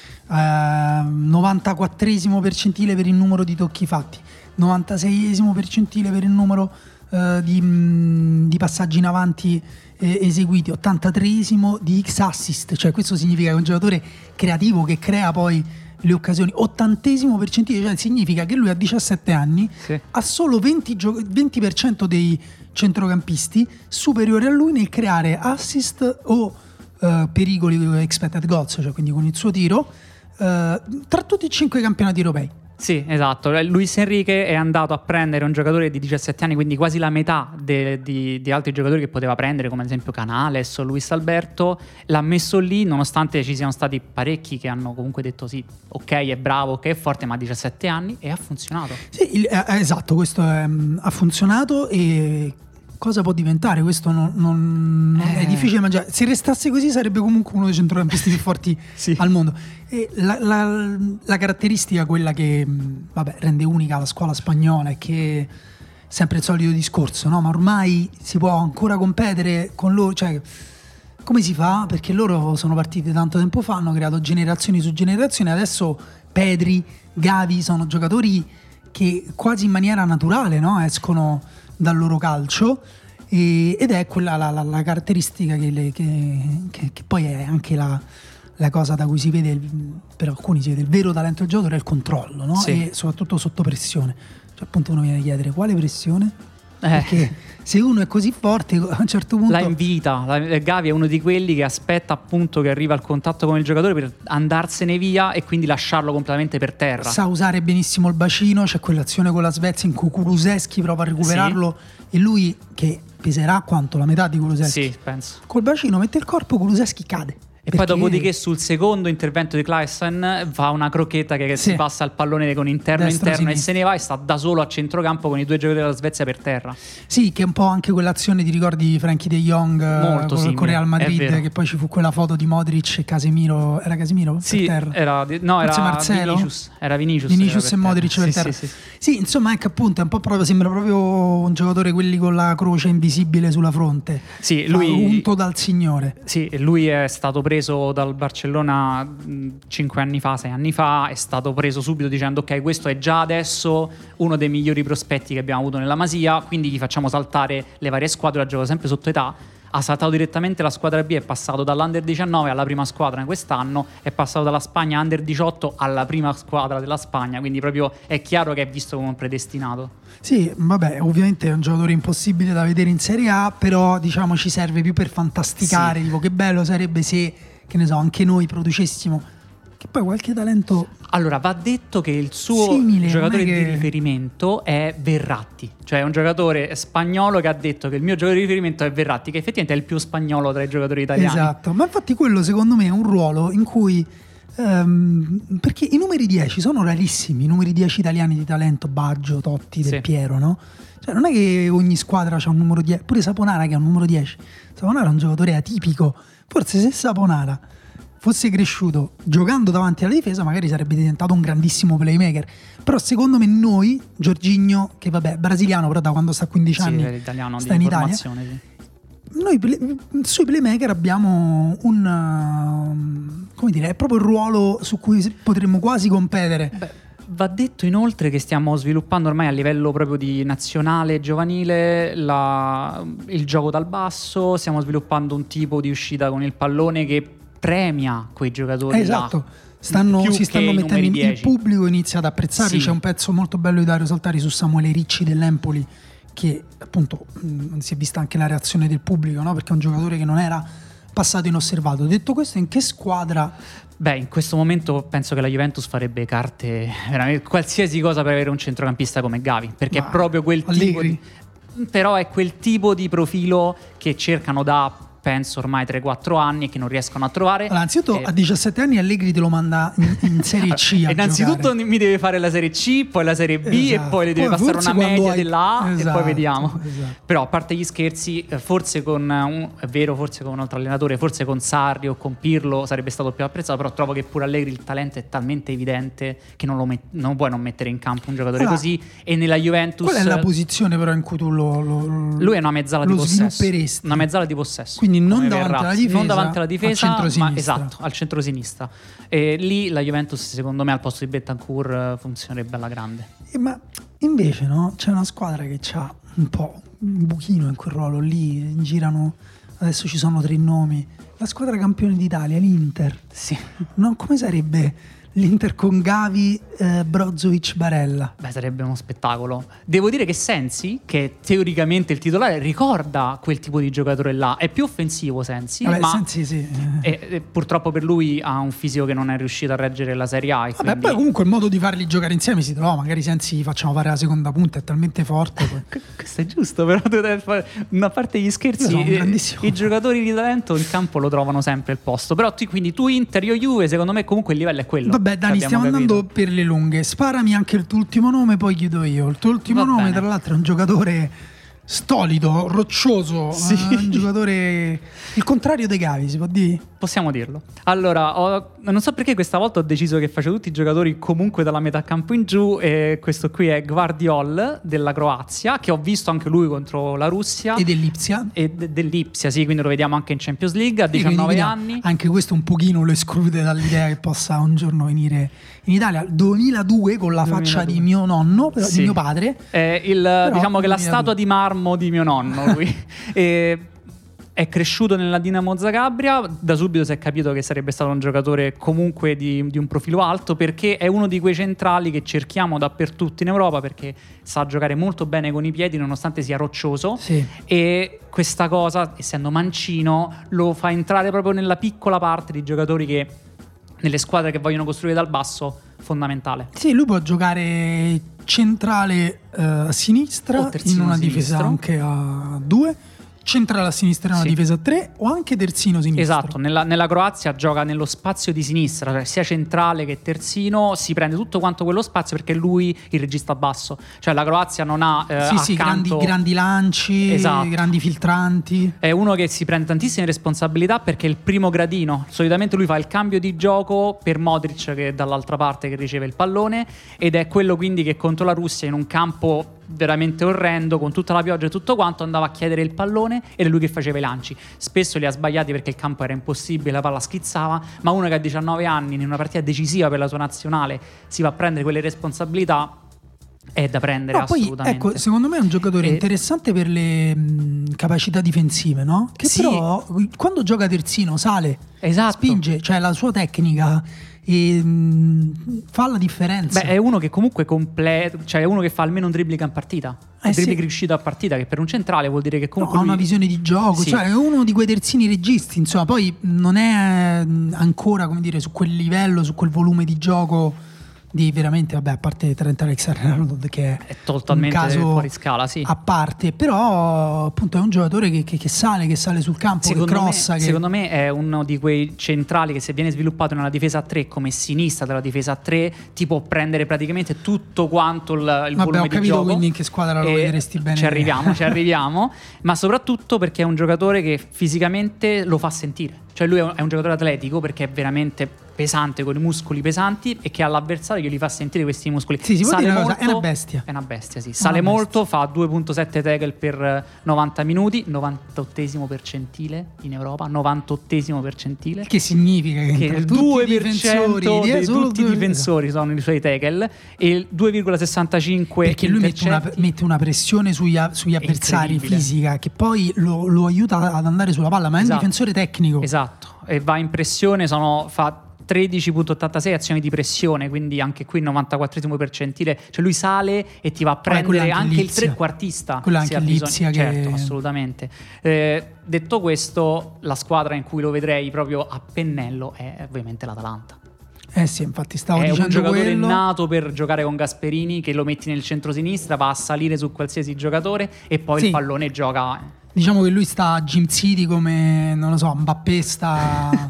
uh, novantaquattresimo percentile per il numero di tocchi fatti, novantaseiesimo percentile per il numero uh, di, mh, di passaggi in avanti eh, eseguiti, ottantatreesimo di X assist, cioè questo significa che è un giocatore creativo che crea poi le occasioni, ottantesimo percentile, cioè significa che lui a diciassette anni sì. ha solo venti, gio- venti per cento dei centrocampisti superiori a lui nel creare assist o uh, pericoli expected goals, cioè quindi con il suo tiro, uh, tra tutti i cinque campionati europei. Sì, esatto. Luis Enrique è andato a prendere un giocatore di diciassette anni, quindi quasi la metà de, di, di altri giocatori che poteva prendere, come ad esempio Canales o Luis Alberto. L'ha messo lì, nonostante ci siano stati parecchi che hanno comunque detto sì, ok, è bravo, ok, è forte, ma a diciassette anni, e ha funzionato. Sì, il, eh, esatto, questo è, ha funzionato. E cosa può diventare? Questo non, non, non eh. è difficile mangiare. Se restasse così sarebbe comunque uno dei centrocampisti più forti sì. al mondo. E la, la, la caratteristica, quella che vabbè, rende unica la scuola spagnola, è che sempre il solito discorso, no? Ma ormai si può ancora competere con loro, cioè come si fa? Perché loro sono partiti tanto tempo fa, hanno creato generazioni su generazioni, adesso Pedri, Gavi sono giocatori che quasi in maniera naturale, no? Escono dal loro calcio, e, ed è quella la, la, la caratteristica che, le, che, che, che poi è anche la, la cosa da cui si vede, per alcuni si vede il vero talento del giocatore, è il controllo, no? Sì. E soprattutto sotto pressione, cioè appunto uno viene a chiedere quale pressione? Eh. Perché se uno è così forte a un certo punto la invita, la, Gavi è uno di quelli che aspetta appunto che arriva al contatto con il giocatore per andarsene via e quindi lasciarlo completamente per terra. Sa usare benissimo il bacino, c'è quell'azione con la Svezia in cui Kulusevski prova a recuperarlo, sì. E lui, che peserà quanto? La metà di Kulusevski? Sì, penso. Col bacino mette il corpo, Kulusevski cade. E perché... poi dopodiché sul secondo intervento di Klaassen fa una crocchetta che, che sì. si passa al pallone con interno Destra, interno sinistra. E se ne va e sta da solo a centrocampo con i due giocatori della Svezia per terra. Sì, che è un po' anche quell'azione, ti ricordi di Frankie de Jong molto con, con Real Madrid, che poi ci fu quella foto di Modric e Casemiro. Era Casemiro? Sì, per terra? era, no, era Marcelo? Vinicius. Era Vinicius. Vinicius era e Modric terra. per sì, terra. Sì, sì. Sì, insomma, ecco, appunto, è un po' proprio, sembra proprio un giocatore quelli con la croce invisibile sulla fronte. Sì, lui unto dal Signore. Sì, lui è stato preso dal Barcellona cinque anni fa, sei anni fa, è stato preso subito dicendo ok, questo è già adesso uno dei migliori prospetti che abbiamo avuto nella Masia, quindi gli facciamo saltare le varie squadre, la gioca sempre sotto età. Ha saltato direttamente la squadra B, è passato dall'Under diciannove alla prima squadra quest'anno, è passato dalla Spagna Under diciotto alla prima squadra della Spagna, quindi proprio è chiaro che è visto come un predestinato. Sì, vabbè, ovviamente è un giocatore impossibile da vedere in Serie A, però diciamo ci serve più per fantasticare, sì. Tipo che bello sarebbe se, che ne so, anche noi producessimo, che poi qualche talento. Allora, va detto che il suo simile, giocatore che... di riferimento è Verratti, cioè un giocatore spagnolo che ha detto che il mio giocatore di riferimento è Verratti, che effettivamente è il più spagnolo tra i giocatori italiani. Esatto, ma infatti quello secondo me è un ruolo in cui um, perché i numeri dieci sono rarissimi, i numeri dieci italiani di talento, Baggio, Totti, Del sì. Piero, no? Cioè non è che ogni squadra c'ha un numero dieci, pure Saponara che ha un numero dieci. Saponara è un giocatore atipico, forse se Saponara fosse cresciuto giocando davanti alla difesa magari sarebbe diventato un grandissimo playmaker, però secondo me noi, Jorginho, che vabbè è brasiliano però da quando sta a quindici sì, anni italiano, sta in Italia, sì. Noi play, sui playmaker abbiamo un, come dire, è proprio il ruolo su cui potremmo quasi competere. Beh, va detto inoltre che stiamo sviluppando ormai a livello proprio di nazionale giovanile la, il gioco dal basso, stiamo sviluppando un tipo di uscita con il pallone che premia quei giocatori. Esatto. Là, stanno, si stanno mettendo in, il pubblico inizia ad apprezzarli. Sì. C'è un pezzo molto bello di Dario Saltari su Samuele Ricci dell'Empoli, che appunto mh, si è vista anche la reazione del pubblico, no? Perché è un giocatore che non era passato inosservato. Detto questo, in che squadra? Beh, in questo momento penso che la Juventus farebbe carte veramente qualsiasi cosa per avere un centrocampista come Gavi, perché Ma, è proprio quel Allegri. tipo di, però è quel tipo di profilo che cercano da penso ormai tre quattro anni e che non riescono a trovare. Allora, innanzitutto e... a diciassette anni Allegri te lo manda in, in Serie C a innanzitutto giocare. Mi deve fare la Serie C, poi la Serie B, esatto. E poi le deve poi passare una media hai... della A, esatto, e poi vediamo. Esatto. Però a parte gli scherzi, forse con un, è vero, forse con un altro allenatore, forse con Sarri o con Pirlo sarebbe stato più apprezzato, però trovo che pure Allegri il talento è talmente evidente che non lo met- non puoi non mettere in campo un giocatore allora, così. E nella Juventus qual è la posizione però in cui tu lo, lo lui è una mezzala lo di possesso, svilupperesti? Una mezzala di possesso. Quindi Quindi non come davanti Verratti. alla difesa, non davanti alla difesa, al centrosinistra. ma esatto, al centrosinistra. E lì la Juventus, secondo me, al posto di Bentancur funzionerebbe alla grande. Eh, ma invece no, c'è una squadra che ha un po' un buchino in quel ruolo lì, girano, adesso ci sono tre nomi. La squadra campione d'Italia, l'Inter. Sì. No, come sarebbe l'Inter con Gavi, eh, Brozovic, Barella? Beh, sarebbe uno spettacolo. Devo dire che Sensi, che è teoricamente il titolare, ricorda quel tipo di giocatore là. È più offensivo Sensi, Vabbè, ma Sensi, sì. e, e purtroppo per lui ha un fisico che non è riuscito a reggere la Serie A. E Vabbè, quindi... poi comunque il modo di farli giocare insieme si trova. Magari Sensi facciamo fare la seconda punta, è talmente forte. Poi. Questo è giusto, però tu devi fare... a parte gli scherzi, Io sono un eh, grandissimo- i giocatori di talento in campo lo trovano sempre il posto. Però tu, quindi tu Inter, io Juve, secondo me comunque il livello è quello. Vabbè, Dani, Abbiamo stiamo capito. andando per le lunghe. Sparami anche il tuo ultimo nome, poi chiudo io. Il tuo ultimo Va nome, bene. tra l'altro, è un giocatore stolido, roccioso, Sì. eh, un giocatore il contrario dei Gavi, si può dire? Possiamo dirlo. Allora, ho- non so perché questa volta ho deciso che faccio tutti i giocatori comunque dalla metà campo in giù, e questo qui è Gvardiol della Croazia, che ho visto anche lui contro la Russia E dell'Ipsia. e de- dell'Ipsia, sì, quindi lo vediamo anche in Champions League a Quindi, diciannove vediamo, anni. Anche questo un pochino lo esclude dall'idea che possa un giorno venire in Italia. duemiladue con la faccia duemiladue. di mio nonno, però, Sì. di mio padre. È il, diciamo che la duemiladue. statua di marmo di mio nonno lui. E è cresciuto nella Dinamo Zagabria, da subito si è capito che sarebbe stato un giocatore comunque di, di un profilo alto, perché è uno di quei centrali che cerchiamo dappertutto in Europa, perché sa giocare molto bene con i piedi nonostante sia roccioso. Sì. E questa cosa, essendo mancino, lo fa entrare proprio nella piccola parte di giocatori che nelle squadre che vogliono costruire dal basso, fondamentale. Sì, lui può giocare centrale eh, a sinistra, O terzino in una sinistro. difesa anche a due, centrale a sinistra in una Sì. difesa a tre, o anche terzino sinistro. Esatto, nella, nella Croazia gioca nello spazio di sinistra, cioè sia centrale che terzino, si prende tutto quanto quello spazio perché lui il regista basso. Cioè la Croazia non ha eh, Sì, sì, grandi, accanto... grandi lanci, Esatto. grandi filtranti. È uno che si prende tantissime responsabilità perché è il primo gradino. Solitamente lui fa il cambio di gioco per Modric, che è dall'altra parte che riceve il pallone, ed è quello quindi che contro la Russia, in un campo veramente orrendo, con tutta la pioggia e tutto quanto, andava a chiedere il pallone ed è lui che faceva i lanci. Spesso li ha sbagliati perché il campo era impossibile, la palla schizzava, ma uno che a diciannove anni in una partita decisiva per la sua nazionale si va a prendere quelle responsabilità, è da prendere. No, poi, assolutamente. ecco, secondo me è un giocatore E- interessante per le mh, capacità difensive, no? Che Sì. però quando gioca terzino sale, Esatto. spinge, cioè la sua tecnica e, mh, fa la differenza. Beh, è uno che comunque completa, cioè è uno che fa almeno un dribbling in partita. Eh un dribbling sì. riuscito a partita, che per un centrale vuol dire che No, comunque ha lui- una visione di gioco, Sì. cioè è uno di quei terzini registi, insomma, poi non è mh, ancora, come dire, su quel livello, su quel volume di gioco di veramente, vabbè, a parte Trent Alexander-Arnold che è, È totalmente un caso fuori scala, sì. a parte, però appunto è un giocatore che, che- che sale, che sale sul campo, Secondo, che crossa, me, che... secondo me è uno di quei centrali che, se viene sviluppato nella difesa a tre come sinistra della difesa a tre, ti può prendere praticamente tutto quanto il, il Vabbè, volume ho di capito gioco. quindi in che squadra lo E vedresti bene. Ci arriviamo, ci arriviamo. Ma soprattutto perché è un giocatore che fisicamente lo fa sentire. Cioè lui è un, è un giocatore atletico perché è veramente pesante, con i muscoli pesanti, e che all'avversario gli fa sentire questi muscoli. Sì, si può Sale dire una cosa, molto- è una bestia. È una bestia, sì. Sale bestia. molto, fa due virgola sette tackle per eh, novanta minuti, novantottesimo percentile in Europa, novantottesimo percentile. Che significa che, Che tra il tutti due i per cento difensori di di- solo tutti i due- difensori sono i suoi tackle, e il due virgola sessantacinque perché lui mette una, intercetti. mette una pressione sugli, a- sugli avversari incredibile. fisica che poi lo, lo aiuta ad andare sulla palla, ma è Esatto. un difensore tecnico. Esatto, e va in pressione, sono, fa tredici virgola ottantasei azioni di pressione, quindi anche qui novantaquattresimo percentile, cioè lui sale e ti va a Vabbè, quella prendere anche anche il l'Ipsia. trequartista. Quella se anche ha bisogno. l'Ipsia che- Certo, assolutamente. Eh, detto questo, la squadra in cui lo vedrei proprio a pennello è ovviamente l'Atalanta. Eh sì, infatti stavo È un dicendo giocatore quello. nato per giocare con Gasperini, che lo metti nel centro-sinistra, va a salire su qualsiasi giocatore e poi Sì. il pallone gioca. Diciamo che lui sta a Gym City come, non lo so, Mbappé sta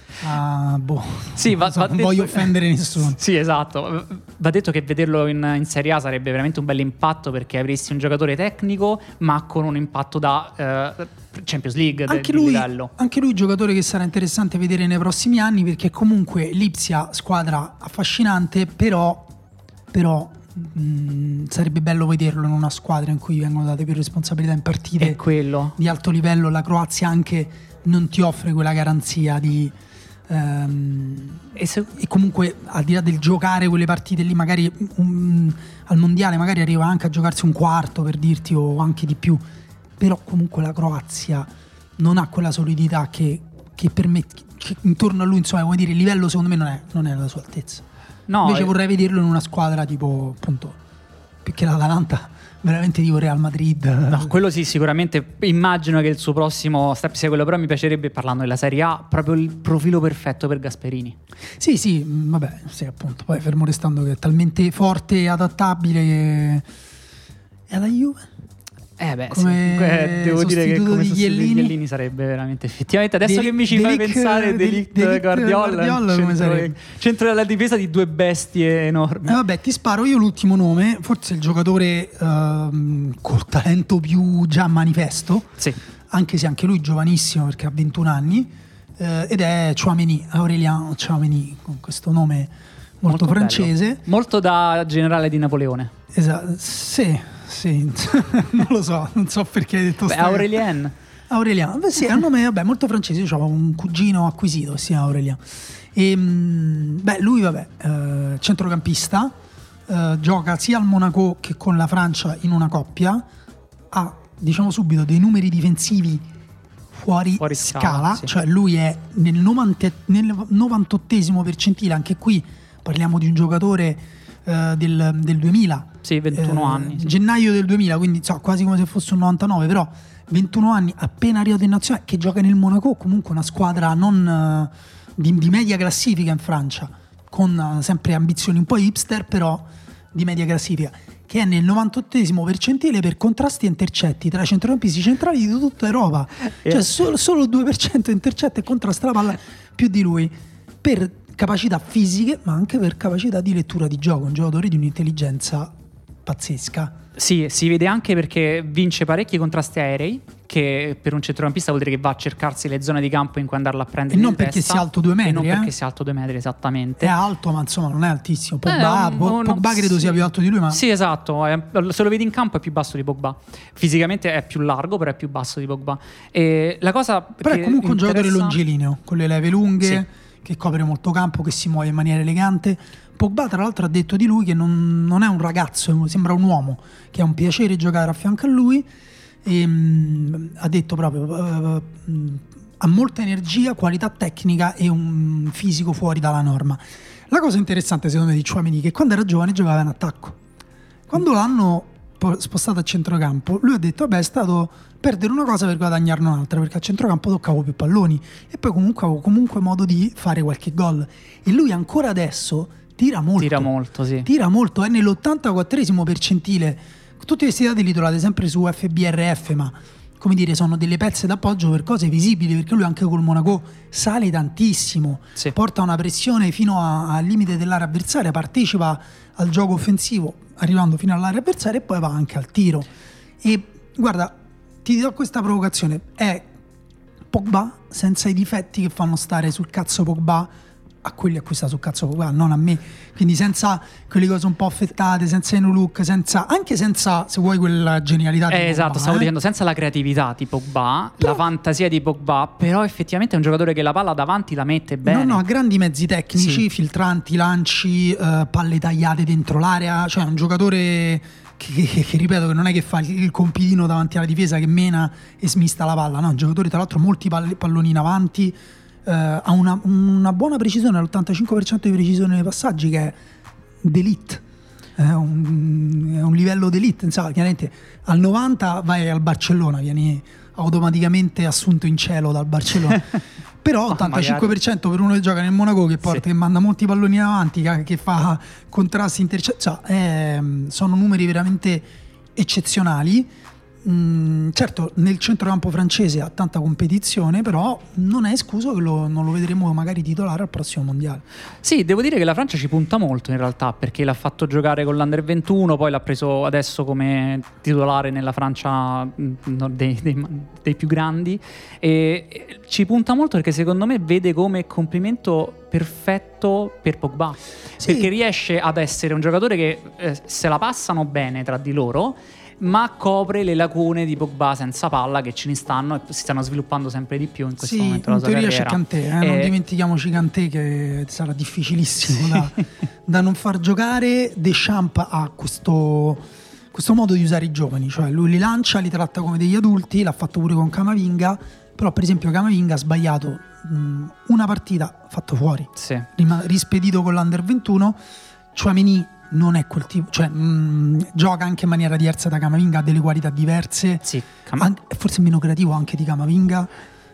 a... boh, Sì, va- non so, va non detto- voglio offendere nessuno. Sì, esatto. Va detto che vederlo in, in Serie A sarebbe veramente un bel impatto, perché avresti un giocatore tecnico ma con un impatto da eh, Champions League de- Anche di lui, livello. anche lui giocatore che sarà interessante vedere nei prossimi anni, perché comunque l'Ipsia squadra affascinante, però, però mh, sarebbe bello vederlo in una squadra in cui vengono date più responsabilità in partite È quello. di alto livello. La Croazia anche non ti offre quella garanzia di ehm, e, se, e comunque al di là del giocare quelle partite lì, magari um, al mondiale magari arriva anche a giocarsi un quarto, per dirti, o anche di più, però comunque la Croazia non ha quella solidità che, che permette, che intorno a lui, insomma, vuol dire, il livello secondo me non è, non è alla sua altezza. No, invece eh... vorrei vederlo in una squadra tipo, appunto, più che l'Atalanta, veramente tipo Real Madrid. No, quello sì, sicuramente. Immagino che il suo prossimo step sia quello, però mi piacerebbe, parlando della Serie A, proprio il profilo perfetto per Gasperini. Sì, sì, vabbè, sì, appunto. Poi fermo restando che è talmente forte e adattabile che... E alla Juve? Eh beh, come sì, eh, devo dire che come di Chiellini? Chiellini sarebbe veramente, effettivamente, adesso De- che mi ci fai Delic, pensare, Delic, Delic Guardiola, Guardiola come centro, centro della difesa di due bestie enormi. Eh vabbè, ti sparo io l'ultimo nome, forse il giocatore ehm, col talento più già manifesto, sì, anche se anche lui giovanissimo perché ha ventuno anni, eh, ed è Tchouaméni, Aurélien Tchouaméni, con questo nome molto, molto francese, bello. Molto da generale di Napoleone. Esatto, sì, sì. Non lo so, non so perché hai detto. Beh, Aurélien. Aurélien, beh sì, è un nome, vabbè, molto francese. Io avevo un cugino acquisito, si chiama Aurélien. E, beh, lui, vabbè, eh, centrocampista, eh, gioca sia al Monaco che con la Francia in una coppia, ha, diciamo subito, dei numeri difensivi fuori, fuori scala, scala sì. Cioè lui è nel, novanta, nel novantottesimo percentile, anche qui parliamo di un giocatore eh, del, del duemila. Sì, ventuno eh, anni. Sì. Gennaio del duemila, quindi so, quasi come se fosse un novantanove, però ventuno anni, appena arrivato in nazionale, che gioca nel Monaco, comunque una squadra non uh, di, di media classifica in Francia, con uh, sempre ambizioni un po' hipster, però di media classifica, che è nel novantottesimo percentile per contrasti e intercetti tra i centrocampisti centrali di tutta Europa. Yeah. Cioè solo, solo il due per cento intercetti e contrasta la palla più di lui, per capacità fisiche, ma anche per capacità di lettura di gioco, un giocatore di un'intelligenza pazzesca. Sì, si vede anche perché vince parecchi contrasti aerei, che per un centrocampista vuol dire che va a cercarsi le zone di campo in cui andarla a prendere. E non perché sia alto due metri, e non eh? perché sia alto due metri, esattamente. È alto, ma insomma non è altissimo. Pogba, eh, Pogba, Pogba credo sì. sia più alto di lui, ma... Sì, esatto, è, se lo vedi in campo è più basso di Pogba. Fisicamente è più largo, però è più basso di Pogba. E la cosa però che è comunque interessa... un giocatore longilineo, con le leve lunghe, sì. che copre molto campo, che si muove in maniera elegante. Pogba tra l'altro ha detto di lui che non, non è un ragazzo, sembra un uomo, che è un piacere giocare a fianco a lui, e mh, ha detto proprio uh, uh, ha molta energia, qualità tecnica e un fisico fuori dalla norma. La cosa interessante secondo me di Tchouaméni è che quando era giovane giocava in attacco, quando l'hanno spostato a centrocampo lui ha detto vabbè, è stato perdere una cosa per guadagnarne un'altra, perché a centrocampo toccavo più palloni e poi comunque avevo comunque modo di fare qualche gol, e lui ancora adesso tira molto, tira molto, sì. Tira molto, è nell'ottantaquattresimo percentile. Tutti questi dati li trovate sempre su F B R F, ma come dire, sono delle pezze d'appoggio per cose visibili, perché lui anche col Monaco sale tantissimo, sì. Porta una pressione fino a, al limite dell'area avversaria, partecipa al gioco offensivo arrivando fino all'area avversaria e poi va anche al tiro. E guarda, ti do questa provocazione, è Pogba senza i difetti che fanno stare sul cazzo Pogba a quelli a cui sta sul cazzo Pogba, non a me, quindi senza quelle cose un po' affettate, senza i no look, senza, anche senza, se vuoi, quella genialità di eh, Pogba, esatto, stavo eh? dicendo, senza la creatività di Pogba, però, la fantasia di Pogba, però effettivamente è un giocatore che la palla davanti la mette bene. No, no, ha grandi mezzi tecnici, sì. Filtranti, lanci, uh, palle tagliate dentro l'area, cioè è un giocatore che, che, che ripeto, che non è che fa il compitino davanti alla difesa che mena e smista la palla, no, un giocatore tra l'altro molti palloni in avanti. Uh, ha una, una buona precisione, l'ottantacinque per cento di precisione nei passaggi, che è d'elite, è un, è un livello d'elite, insomma, chiaramente al novanta vai al Barcellona, vieni automaticamente assunto in cielo dal Barcellona. Però ottantacinque per cento per uno che gioca nel Monaco, che porta, sì. Che manda molti palloni in avanti, che, che fa contrasti intercetti, cioè, eh, sono numeri veramente eccezionali. Mm, certo, nel centrocampo francese ha tanta competizione, però non è escluso che lo, non lo vedremo magari titolare al prossimo mondiale. Sì, devo dire che la Francia ci punta molto in realtà, perché l'ha fatto giocare con l'Under ventuno, poi l'ha preso adesso come titolare nella Francia dei, dei, dei più grandi, e ci punta molto perché secondo me vede come complimento perfetto per Pogba, sì. Perché riesce ad essere un giocatore che eh, se la passano bene tra di loro, ma copre le lacune di Pogba senza palla che ce ne stanno e si stanno sviluppando sempre di più in questo sì, momento della in sua teoria carriera. c'è Kanté, eh? E... non dimentichiamoci Kanté, che sarà difficilissimo da, da non far giocare. Deschamps ha questo, questo modo di usare i giovani, cioè lui li lancia, li tratta come degli adulti, l'ha fatto pure con Camavinga, però per esempio Camavinga ha sbagliato mh, una partita, fatto fuori, sì. Rima- rispedito con l'Under ventuno. Tchouaméni non è quel tipo, cioè mh, gioca anche in maniera diversa da Camavinga, ha delle qualità diverse, sì, Cam- An- è forse meno creativo anche di Camavinga.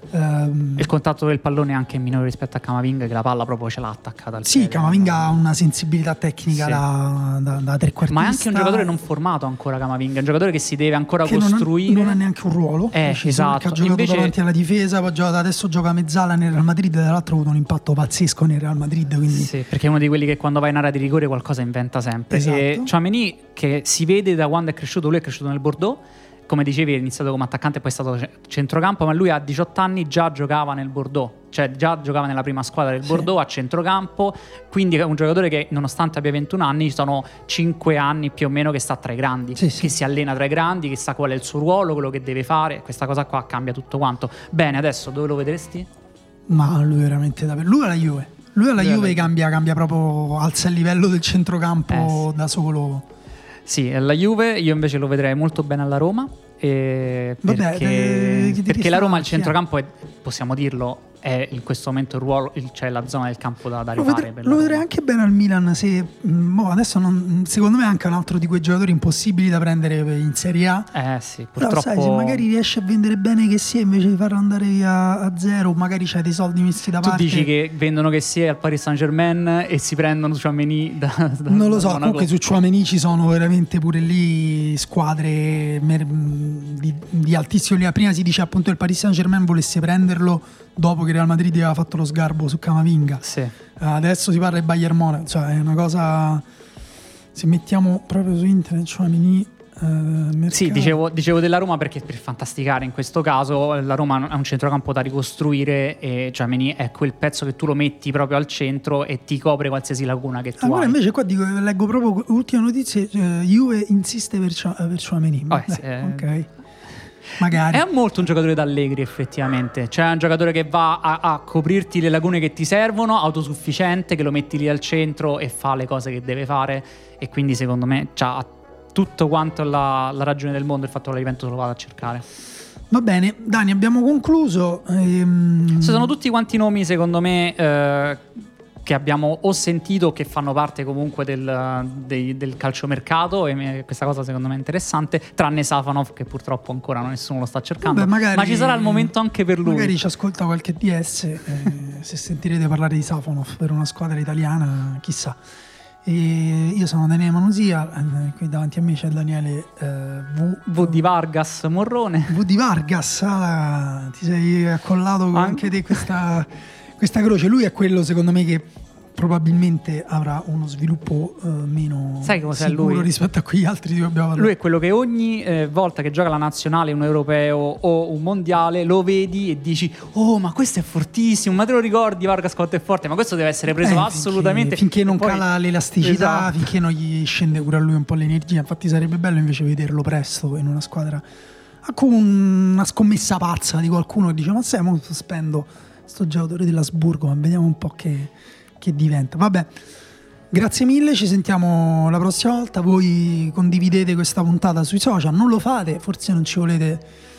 Um, il contatto del pallone è anche minore rispetto a Camavinga, che la palla proprio ce l'ha attaccata al sì, piede. Camavinga ha una sensibilità tecnica Sì. da, da, da trequartista, ma è anche un giocatore non formato ancora. Camavinga è un giocatore che si deve ancora che costruire, non ha, non ha neanche un ruolo eh, preciso, esatto. perché ha giocato Invece... davanti alla difesa, poi gioca, adesso gioca mezzala nel Real Madrid, tra l'altro ha avuto un impatto pazzesco nel Real Madrid, quindi... sì, perché è uno di quelli che quando va in area di rigore qualcosa inventa sempre. Esatto. E Tchouaméni, che si vede da quando è cresciuto, lui è cresciuto nel Bordeaux, come dicevi, è iniziato come attaccante e poi è stato centrocampo, ma lui a diciotto anni già giocava nel Bordeaux, cioè già giocava nella prima squadra del Sì. Bordeaux a centrocampo, quindi è un giocatore che nonostante abbia ventuno anni, sono cinque anni più o meno che sta tra i grandi, Sì, sì. che si allena tra i grandi, che sa qual è il suo ruolo, quello che deve fare. Questa cosa qua cambia tutto quanto. Bene, adesso dove lo vedresti? Ma lui veramente da... lui alla Juve lui alla Lui Juve alla- cambia, cambia proprio, alza il livello del centrocampo Eh, sì. da solo. Sì, la Juve io invece lo vedrei molto bene alla Roma, eh, Vabbè, perché, eh, chi- perché chi la Roma al sta- chi è? centrocampo è, possiamo dirlo, è in questo momento il ruolo, il- cioè la zona del campo da, da Lo, rifare vedrei, per lo la vedrei Roma. anche bene al Milan se mh, mo adesso non, secondo me è anche un altro di quei giocatori impossibili da prendere in Serie A. Eh sì, Però purtroppo sai, se magari riesci a vendere bene che sia invece di farlo andare via a zero, magari c'hai dei soldi messi da tu parte. dici che vendono che sia al Paris Saint-Germain e si prendono Tchouaméni da, da Non lo da so, Monaco. comunque su Tchouaméni ci sono veramente pure lì squadre mer- di, di altissimo livello. Prima si dice appunto il Paris Saint-Germain volesse prenderlo dopo che Real Madrid aveva fatto lo sgarbo su Camavinga. Sì. Adesso si parla di Bayern Monaco, cioè è una cosa, se mettiamo proprio su internet Tchouaméni, eh, mercato. Sì, dicevo, dicevo della Roma perché per fantasticare in questo caso la Roma è un centrocampo da ricostruire e Tchouaméni è quel pezzo che tu lo metti proprio al centro e ti copre qualsiasi lacuna che tu Allora hai. invece qua dico, leggo proprio ultime notizie, eh, Juve insiste per, Chou- per Tchouaméni. Vabbè, Vabbè, sì, eh. ok. Magari. È molto un giocatore d'Allegri effettivamente, cioè è un giocatore che va a, a coprirti le lacune che ti servono, autosufficiente, che lo metti lì al centro e fa le cose che deve fare, e quindi secondo me c'ha tutto quanto la, la ragione del mondo il fatto che la Juventus lo vada a cercare. Va bene, Dani, abbiamo concluso. Ehm... Ci sono tutti quanti nomi secondo me eh, che abbiamo o sentito o che fanno parte comunque del, dei, del calciomercato, e me- questa cosa secondo me è interessante, tranne Safanov che purtroppo ancora nessuno lo sta cercando. Vabbè, magari- ma ci sarà il momento anche per lui. Magari ci ascolta qualche D S, eh, se sentirete parlare di Safonov per una squadra italiana, chissà. E io sono Daniele Manusia, eh, qui davanti a me c'è Daniele eh, v, V di Vargas Morrone. v di Vargas. Ah, ti sei accollato con Anche- anche te questa, questa croce. Lui è quello secondo me che probabilmente avrà uno sviluppo eh, meno Sai cos'è sicuro lui? rispetto a quegli altri di cui abbiamo parlato. Lui è quello che ogni eh, volta che gioca la nazionale, un europeo o un mondiale, lo vedi e dici: oh, ma questo è fortissimo, ma te lo ricordi Vargas quanto è forte? Ma questo deve essere preso Eh, assolutamente. finché, finché non E poi- cala l'elasticità, Esatto. finché non gli scende pure a lui un po' l'energia. Infatti sarebbe bello invece vederlo presto in una squadra con una scommessa pazza di qualcuno che dice: ma sai, mo spendo sto giocatore dell'Asburgo, ma vediamo un po' che, che diventa. Vabbè, grazie mille, ci sentiamo la prossima volta. Voi condividete questa puntata sui social, non lo fate, forse non ci volete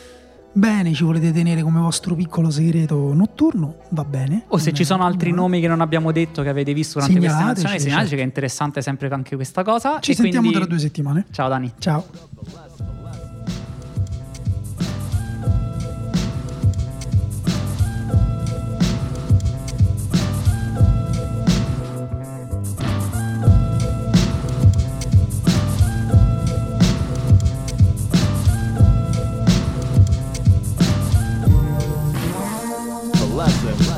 bene, ci volete tenere come vostro piccolo segreto notturno, va bene. O se Non ci è- sono altri no. nomi che non abbiamo detto, che avete visto durante questa Segnalateci, nazionale, segnateci, certo. che è interessante sempre anche questa cosa. Ci E sentiamo quindi- tra due settimane. Ciao Dani. Ciao. The lesson.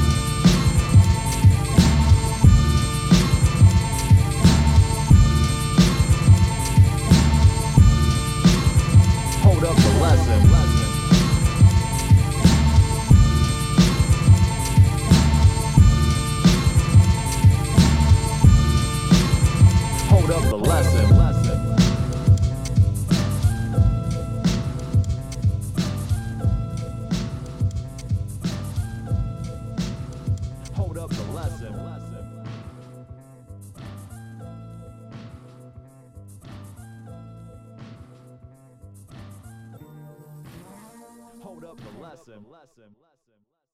Hold up the lesson. Hold up the lesson. Hold up the lesson.